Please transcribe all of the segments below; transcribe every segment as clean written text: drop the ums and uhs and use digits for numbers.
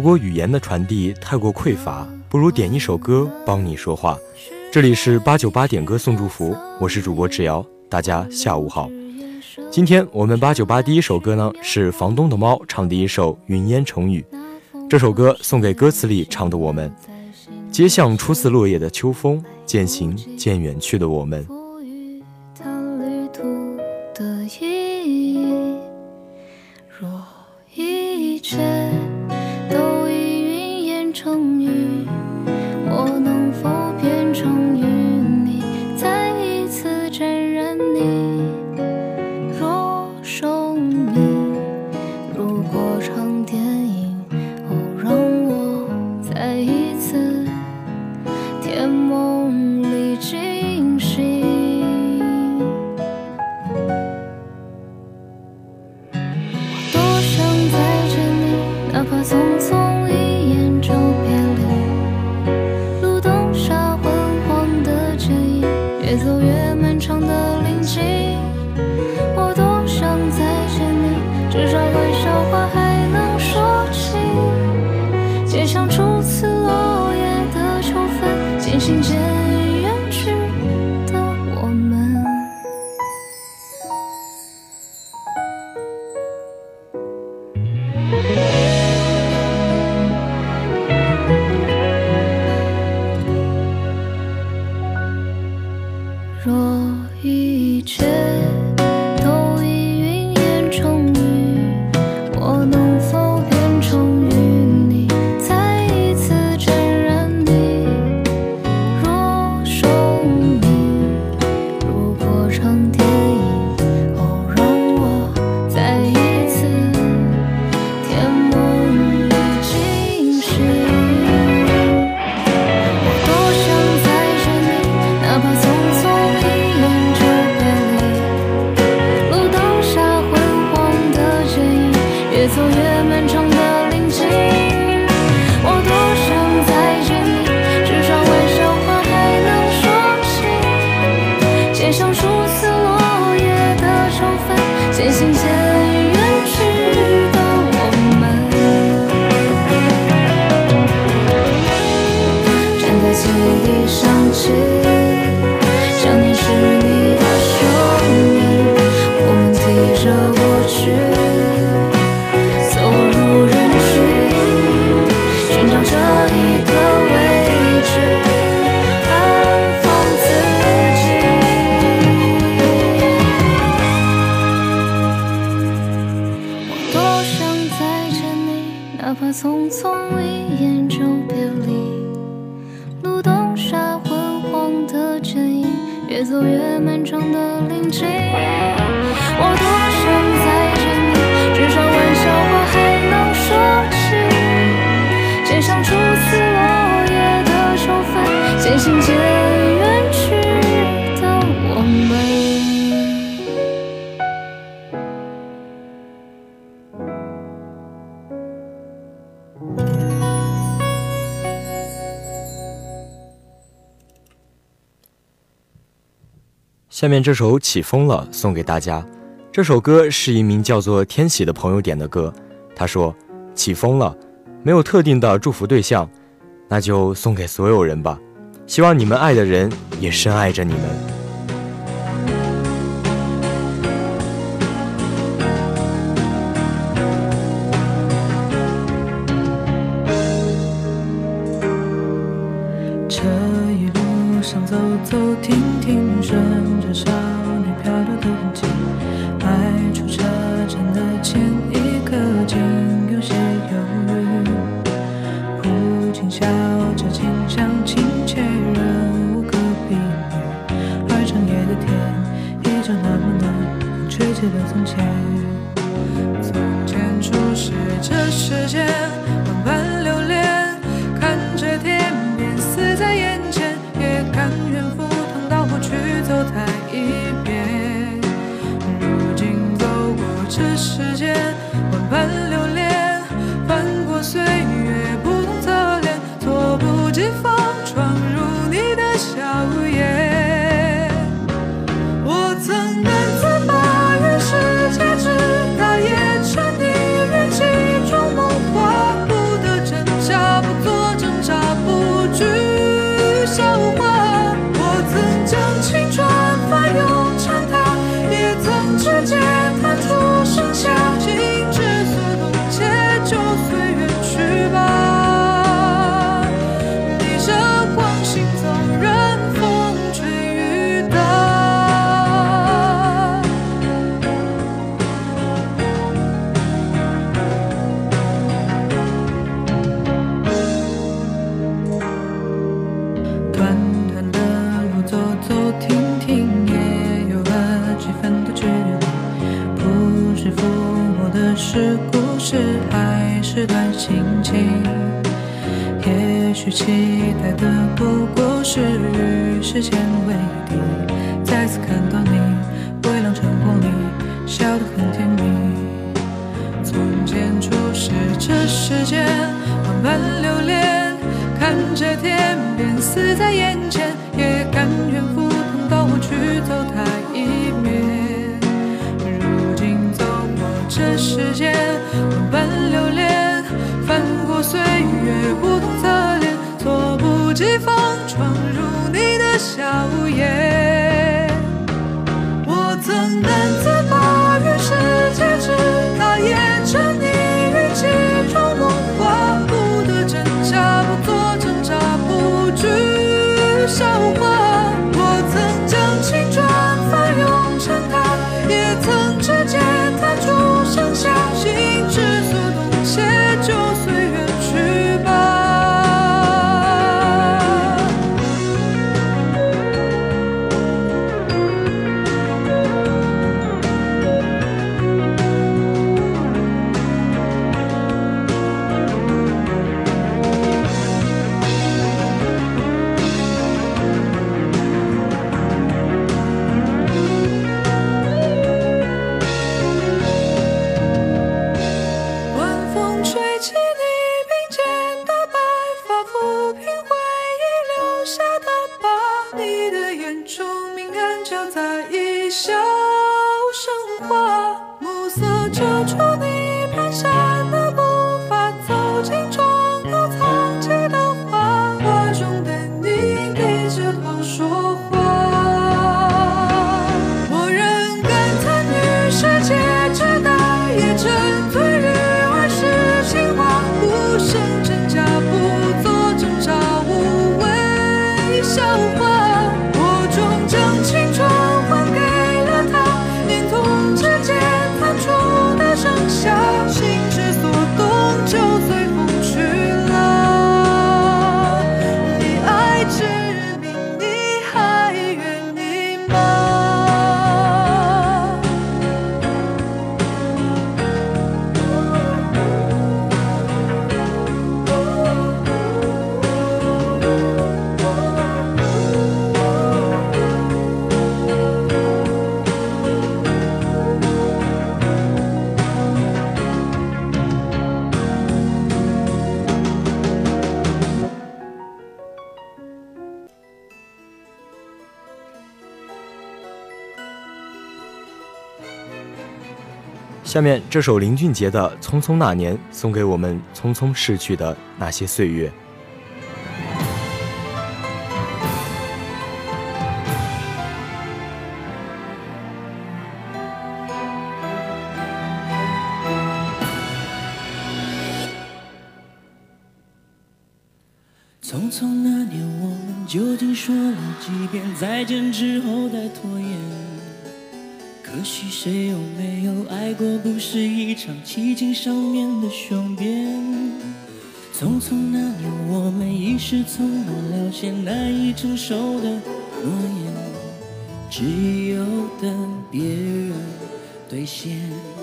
果语言的传递太过匮乏，不如点一首歌帮你说话。这里是898点歌送祝福，我是主播志尧，大家下午好。今天我们898第一首歌呢，是房东的猫唱的一首《云烟成雨》。这首歌送给歌词里唱的我们，街巷初似落叶的秋风，渐行渐远去的我们。 若一切都已云烟成雨，我能否变成与你再一次沾染你？若生命如果场电影，让我再一次甜梦里惊醒。哪怕匆匆一眼就别离，路灯下昏黄的剪影，越走越漫长的林径。我多想再见你，至少玩笑话还能说起。街巷初次落叶的秋分，渐行渐远去的我们。若一切都已云烟成雨，我能否变成与你再一次沾染你？若生命如果场电影，让我再一次甜梦里惊醒。我多想再见你，哪怕匆匆越走越漫长的林径，我多想再见你，至少玩笑话还能说起。街巷初次落叶的秋分，渐行渐远去的我们，站在记忆想起，想念是你的声音，我们提着过去匆匆一眼就别离，路灯下昏黄的剪影，越走越漫长的林径。我多想再见你，至少玩笑话还能说起。街巷初次落叶的秋分，渐行渐远去的我们。 下面这首起风了送给大家。这首歌是一名叫做天喜的朋友点的歌，他说起风了，没有特定的祝福对象，那就送给所有人吧，希望你们爱的人也深爱着你们。 这一路上走走停停，顺着少女漂流的痕迹，迈出车站的前一刻，竟有些犹豫。普京笑着清香亲切，人无可比拟，而长夜的天依旧那么暖，吹起了从前。从前初识这世间，万般流连，看着天边死在眼前，也甘愿赴汤蹈火去走它一遍。如今走过这世间，万般流连，翻过岁月不同侧脸，猝不及防闯入你的笑颜。我曾胆自把人世界之大也沉溺于其中梦话不得真抚摸的是故事还是段心情？也许期待的不过是与时间为敌，再次看到你微亮晨光里笑得很甜蜜。从前初识这世间万般流连，看着天边死在眼前，也甘愿赴汤蹈火去走它一遍。如今走过这世间万般流连，翻过岁月不同侧脸，猝不及防闯入你的笑颜。我曾胆自把与世界之大演成你与其中梦话，不得真假，不做挣扎，不惧笑话。我曾将青春翻涌成她，也曾指尖弹出盛夏，心之所动，且就随缘去吧。晚风吹起你鬓间的白发，抚平回忆留下的疤。你的眼中明暗交杂，一笑生花。暮色遮住你蹒跚的步伐，走进床头藏起的花，画中的你低着头说话。我仍感叹与世界之大，也沉醉于爱是情话，不生真假，不做挣扎，无谓笑话。我终将青春还给了他，连同指尖弹出的盛夏，心之所动，就随风去了。你爱之名，你还愿意吗？ 下面这首林俊杰的《匆匆那年》，送给我们匆匆逝去的那些岁月。 匆匆那年，我们究竟说了几遍再见之后再拖延？可惜谁又没有爱过，不是一场奇迹上面的雄辩。匆匆那年，我们一时匆忙了些难以承受的诺言，只有等别人兑现。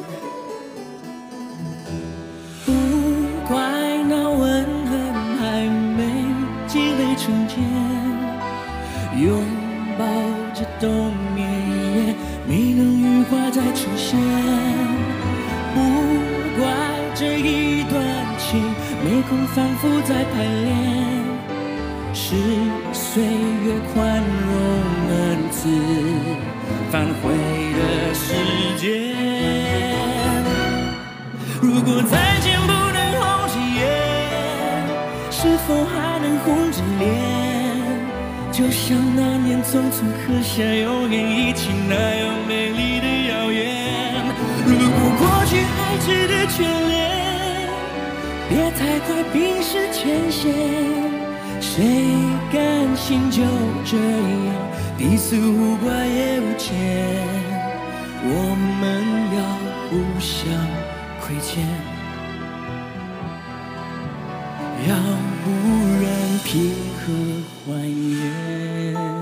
不怪那吻痕还没积累成茧，拥抱着冬眠也没能羽化再成仙。不怪这一段情没空反复再排练，是岁月宽容恩赐反悔的时间。如果再见不能红着眼，是否还能红着脸？就像那年匆匆刻下永远一起那样美丽的谣言。如果过去还值得眷恋，别太快冰释前嫌。谁甘心就这样彼此无挂也无牵？我们要互相亏欠，要不然凭何还原？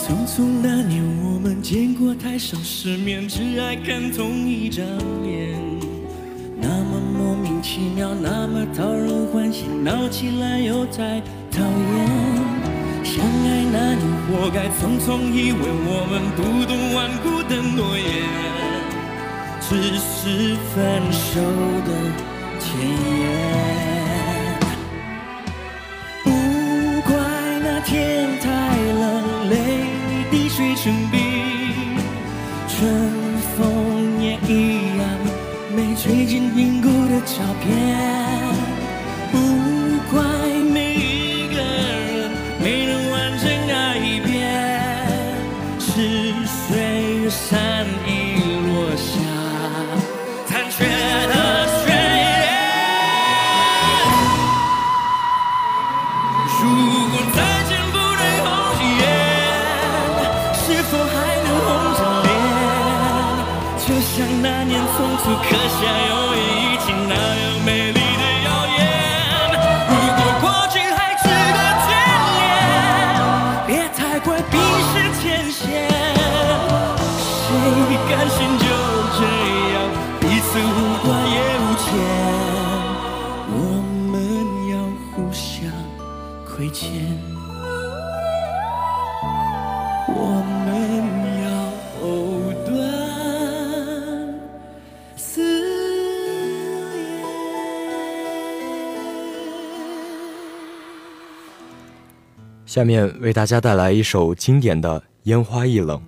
匆匆那年，我们见过太少世面，只爱看同一张脸。那么莫名其妙，那么讨人欢喜，闹起来又太讨厌。相爱那年，活该匆匆以为我们不懂顽固的诺言，只是分手的前言。不怪那天太冷，泪滴水成冰，春风也一样没吹进凝固的照片。不怪每一个人没能完整爱一遍，是岁月善意落下残缺的宣言。如果再见不能红着眼，是否还能红着脸？就像那年匆促刻下永远一起那样美丽的谣言。如果过去还值得眷恋，别太快冰释前嫌。谁甘心就这样彼此无挂也无牵？我们要互相亏欠，我们要藕断丝连。 下面为大家带来一首经典的《烟花易冷》。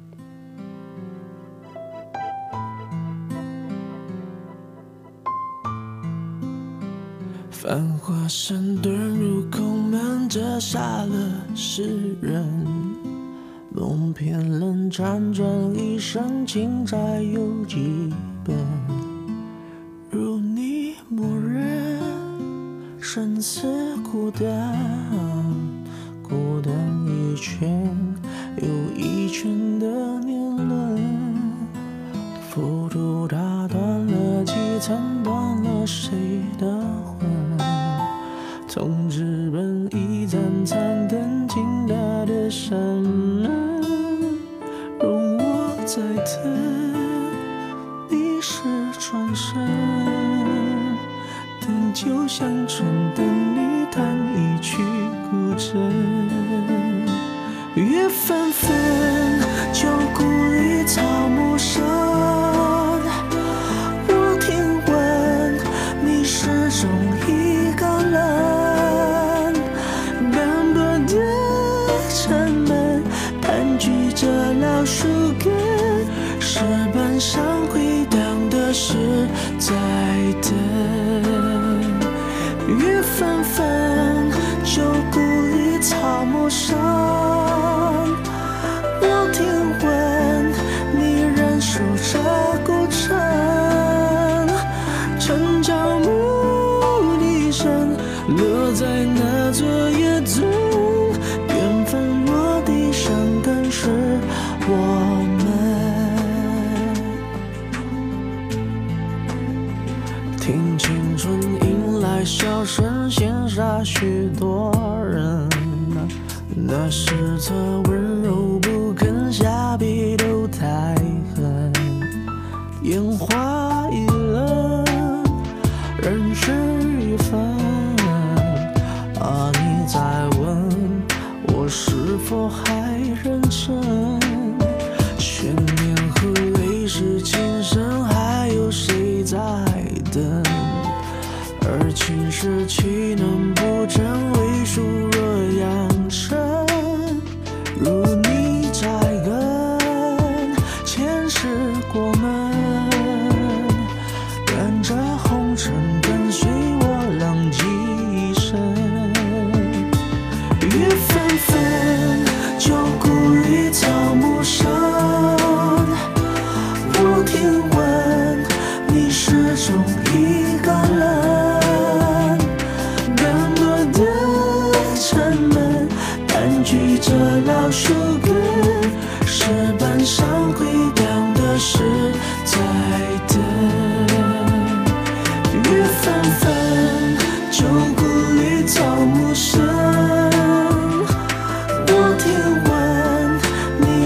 繁华山遁入空门，折煞了世人。梦偏冷，辗转一生，情债有几本？如你默认，生死孤单，孤单一圈又一圈的年轮，浮屠打断了几层，断了谁的魂？从纸本一盏残灯，倾塌的山门，容我再等，你是转身，等就像春等你弹一曲古筝。月纷纷，旧故里草木深，我听闻你始终一个人，斑驳的城门盘踞着老树根，石板上回荡的是在等。月纷纷，旧故里草木深，我听闻你仍守着古城，城郊牧笛声落在那座夜中，缘分落地生根是我们。听青春迎来笑声，羡煞许多人，那是侧温柔不肯下笔都太狠。烟花易冷，人事已分，啊，你在问我是否还认真？悬念和泪是情深，还有谁在等？而情是岂能不真？为数若扬尘，如你摘根，前世过门，看着红尘跟随我浪迹一生。月纷纷，旧故里草木深，我听闻你始终一个人，斑驳的城门盘踞着老树根，石板上回荡的是在等。月纷纷，旧故里草木深，我听闻你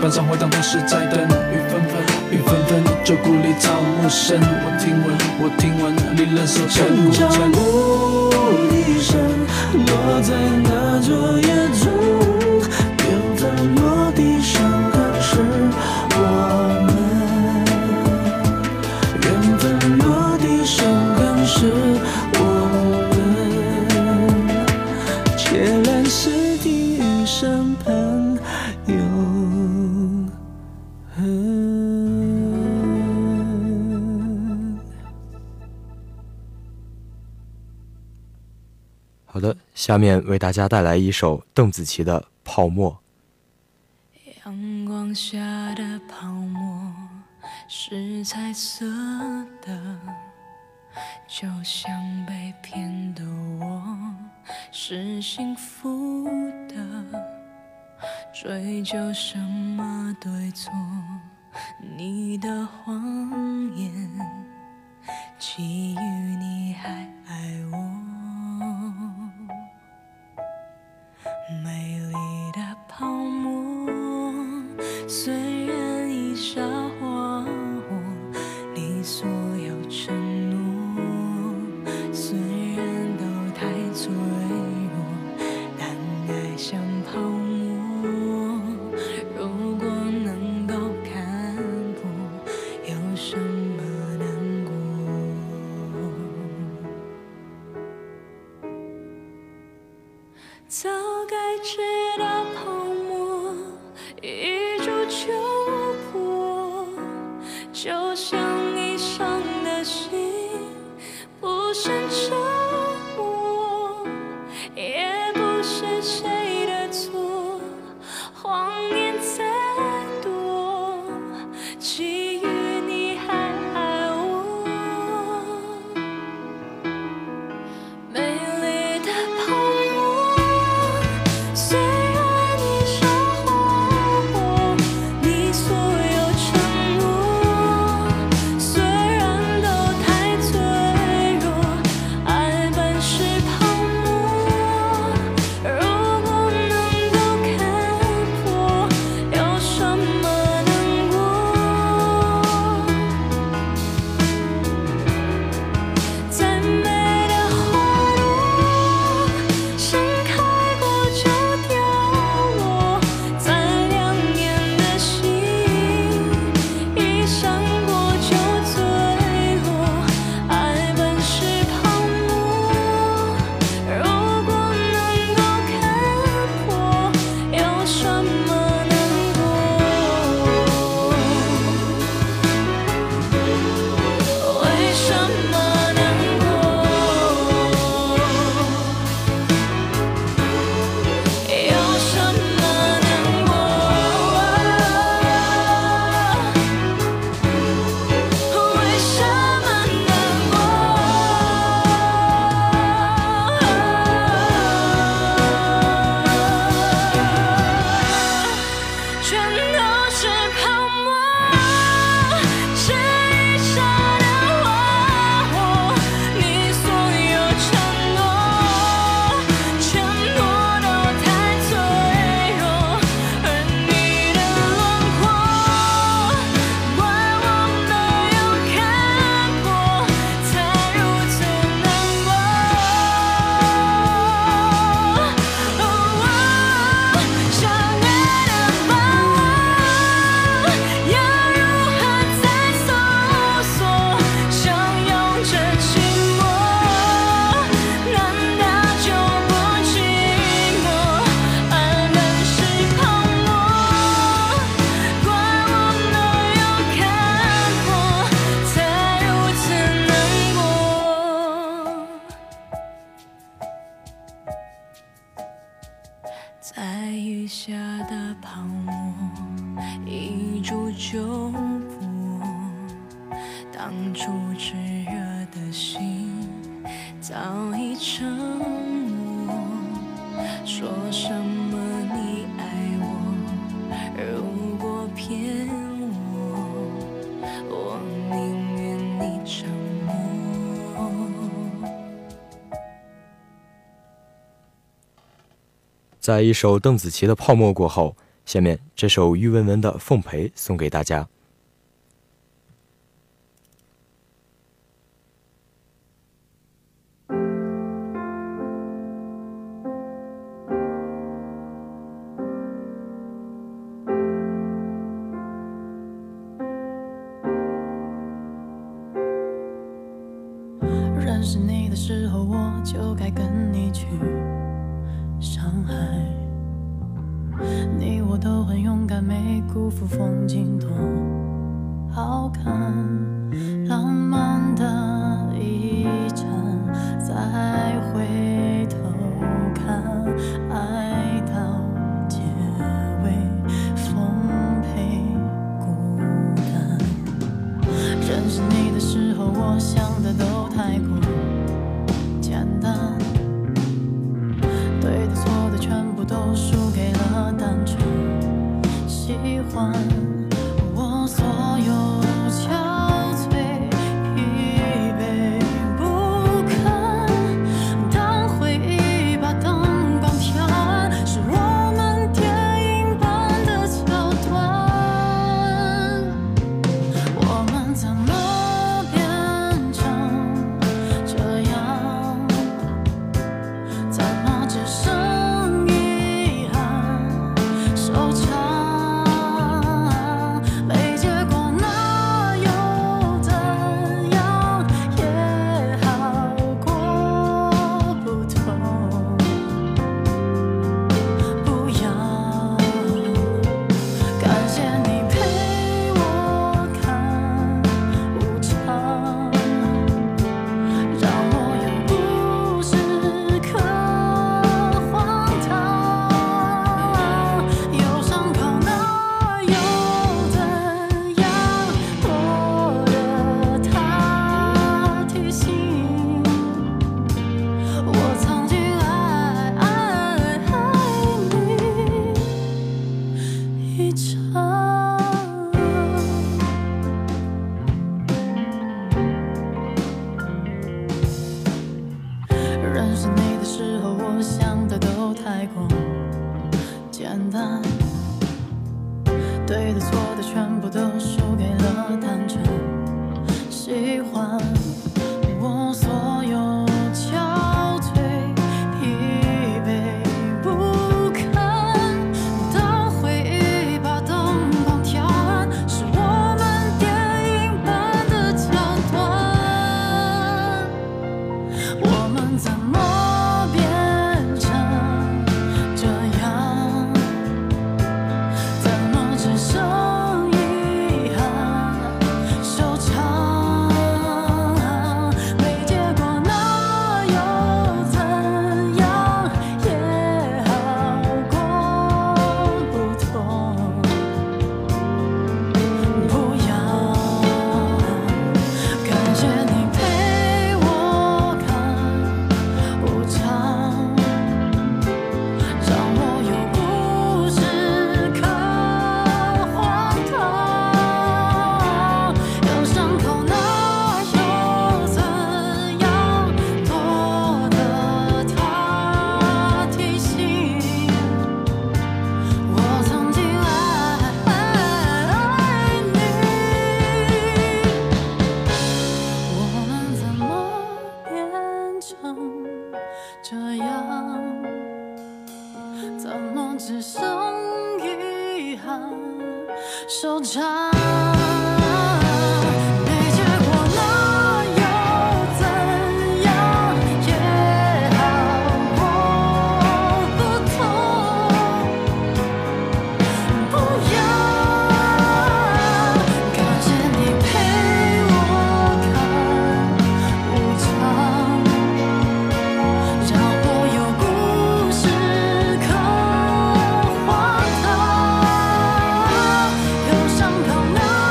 板上回荡都是在等雨纷纷，雨纷纷，旧故里草木深。我听闻，你忍受千古沉。一生落在那昨夜中，缘分落地生根是我们，缘分落地生根是我们，且来世地狱审判永恒。 好的，下面为大家带来一首邓紫棋的《泡沫》。 阳光下的泡沫是彩色的，就像被骗的我是幸福的，追究什么对错，你的谎言基于你还爱我，美丽的泡沫虽然已沙化我，你所有承诺虽然都太脆弱，但爱像泡沫，如果能够看破，有什么难过？早该知道泡沫一触就破，就像你伤的心不胜折磨，也不是谁的错，谎言再多，基于你还爱我，美丽的泡沫虽然你伤我，你所有承诺虽然都太脆弱，爱本是泡沫，如果能够看破，有什么难过？再美的花朵盛开过就凋落，再亮眼的星一闪过就坠落，爱本是泡沫，如果能够看破，有什么难过？为什么难过？有什么难过？为什么难过？全都是泡沫，是一刹的花火，你所有承诺全部都太脆弱，而你的轮廓，怪我没有看破，才如此难过。相爱的把握，要如何再搜索？相拥着寂寞，难道就不寂寞？爱本是泡沫，怪我没有看破，才如此难过。在雨下的泡沫一触就破，当初炽热的心早已沉默，说什么你爱我，如果骗我宁愿你沉默。 在一首邓紫棋的《泡沫》过后， 下面这首喻文文的《奉陪》送给大家。 认识你的时候，我就该跟你去上海。你我都很勇敢，没辜负风景多好看。浪漫的一场，再回头看，爱到结尾，奉陪孤单。认识你的时候，我想的都太过简单，对的错的全部都输给了单纯喜欢。我所有憔悴疲惫不堪，当回忆把灯光调暗，是我们电影般的桥段。我们怎么变成这样？怎么只剩遗憾收场？没结果那又怎样？也好过不痛不痒。感谢你陪我看无常，让我有故事可荒唐。有伤口那又怎样？我的他提醒我曾经爱你一场。认识你的时候，我想的都太过简单，对的错的全部都输给了单纯喜欢。我所有憔悴疲惫不堪，当回忆把灯光调暗，是我们电影般的桥段。我们怎么变成这样？怎么只剩遗憾收场？没结果那又怎样？也好过不痛不痒。感谢你陪我看无常，让我有故事可荒唐。有伤口那又怎样？多的他提醒我曾经爱你。我们怎么变成这样？怎么只剩遗憾收场？没结果那又怎样？也好过不痛不痒。感谢你陪我看无常，让我有故事可荒唐。有伤口那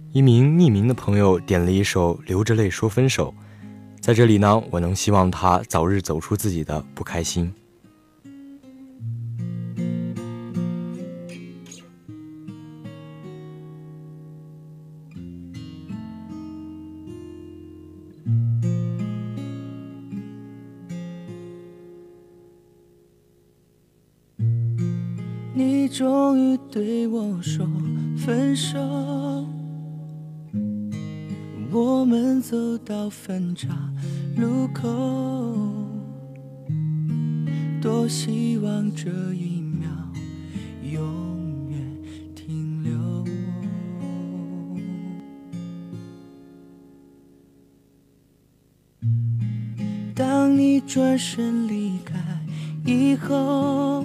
一名匿名的朋友点了一首《流着泪说分手》，在这里呢，我能希望他早日走出自己的不开心。 你终于对我说分手，我们走到分岔路口，多希望这一秒永远停留。当你转身离开以后，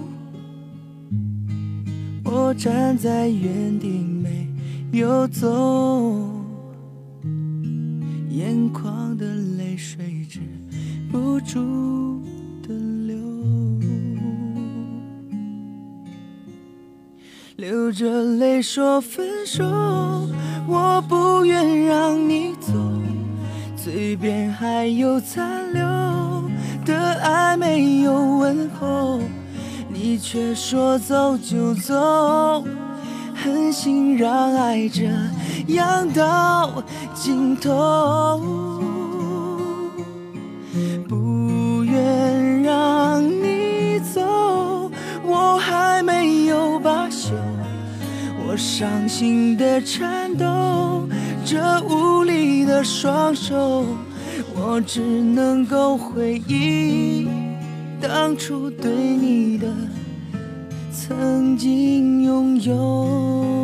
我站在原地没有走，眼眶的泪水止不住的流，流着泪说分手，我不愿让你走，嘴边还有残留的爱没有问候，你却说走就走，狠心让爱这样到尽头，不愿让你走，我还没有罢休，我伤心的颤抖，这无力的双手，我只能够回忆当初对你的曾经拥有。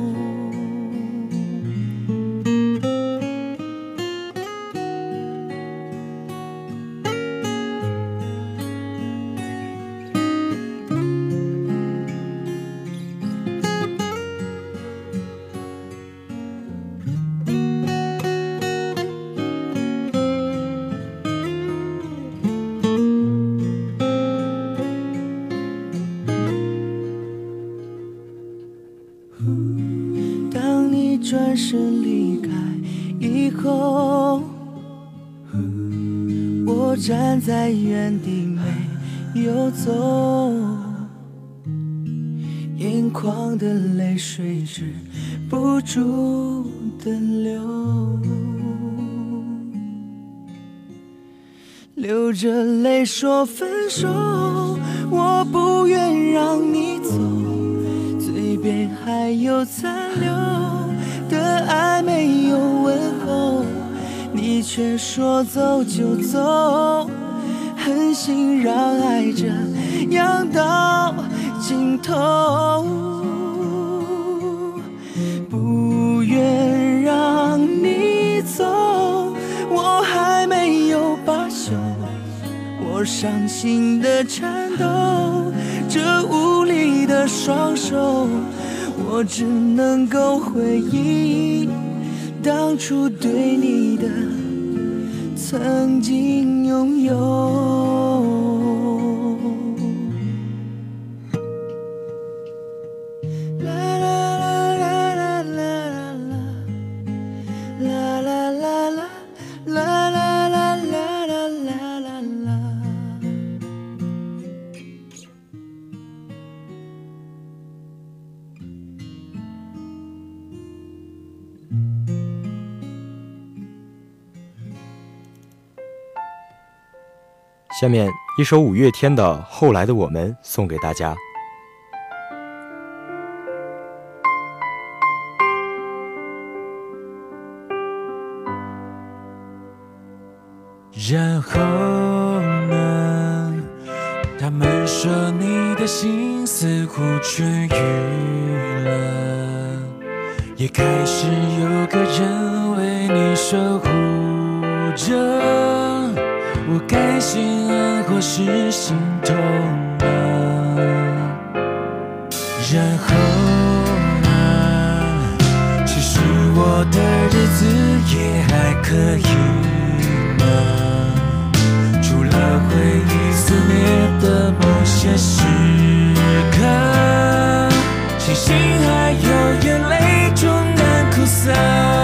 当你转身离开以后，我站在原地没有走，眼眶的泪水止不住的流，流着泪说分手，我不愿让你走，嘴边还有残留的爱没有问候，你却说走就走，狠心让爱这样到尽头，不愿让你走，我还没有罢休，我伤心的颤抖，这无力的双手，我只能够回忆当初对你的曾经拥有。 下面一首五月天的《后来的我们》送给大家。 然后呢？他们说你的心似乎痊愈了，也开始有个人为你守护着。我该心安或是心痛啊？然后呢？其实我的日子也还可以吗？除了回忆肆虐的某些时刻，庆幸还有眼泪中的苦涩。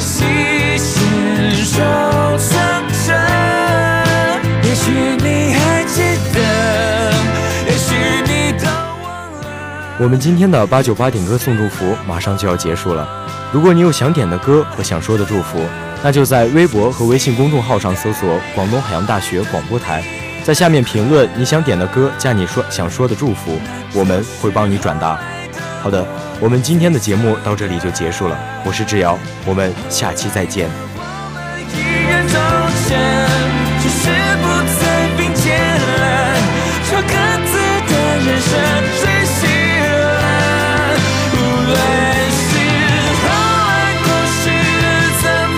细线收藏着。也许你还记得，也许你都忘了。 我们今天的898点歌送祝福马上就要结束了。如果你有想点的歌和想说的祝福，那就在微博和微信公众号上搜索广东海洋大学广播台，在下面评论你想点的歌加你想说的祝福，我们会帮你转达。好的，我们今天的节目到这里就结束了，我是志尧，我们下期再见。 依然走着，只是不再并肩了，朝各自的人生追寻了。无论是后来故事怎么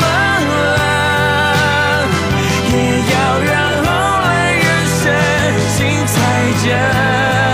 了，也要让后来人生精彩着。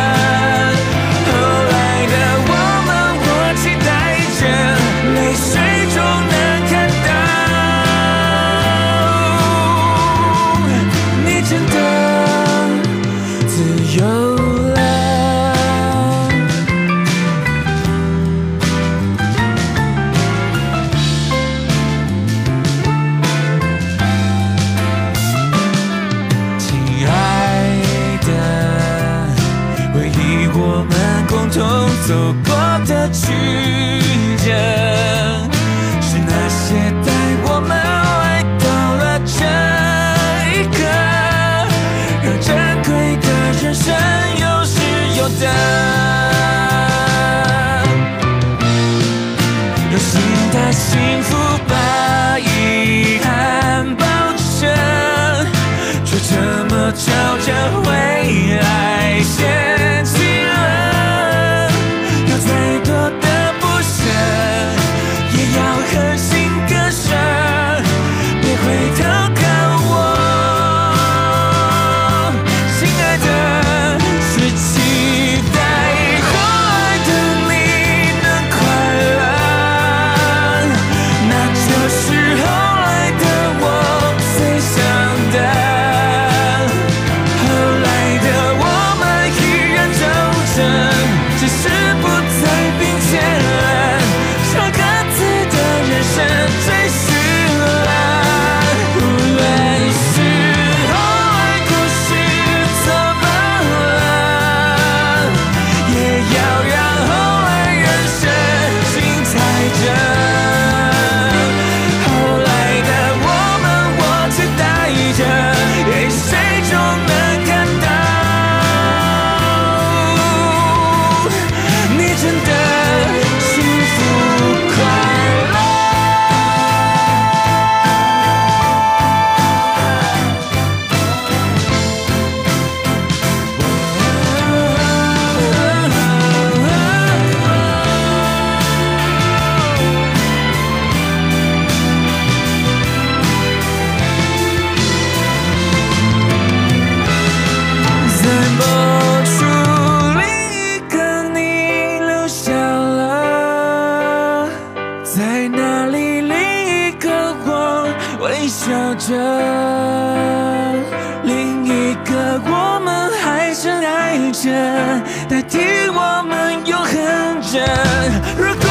走过的曲折，是那些带我们来到了这一刻，让珍贵的人生有失有得，有新的幸福把遗憾包着，却这么朝着未来前进了。再多的不舍，也要狠心割舍，别回头看我，亲爱的，是期待后来的你能快乐，那就是后来的我最想的。后来的我们依然走着，只是不再并肩了，朝各自的人生追寻了。无论是后来故事怎么了，也要让后来人生精彩着。后来的我们，我期待着，给谁终能看到。真的幸福快乐。在某处另一个你留下了，在那里另一个我微笑着，另一个我们还深爱着，代替我们永恒着。如果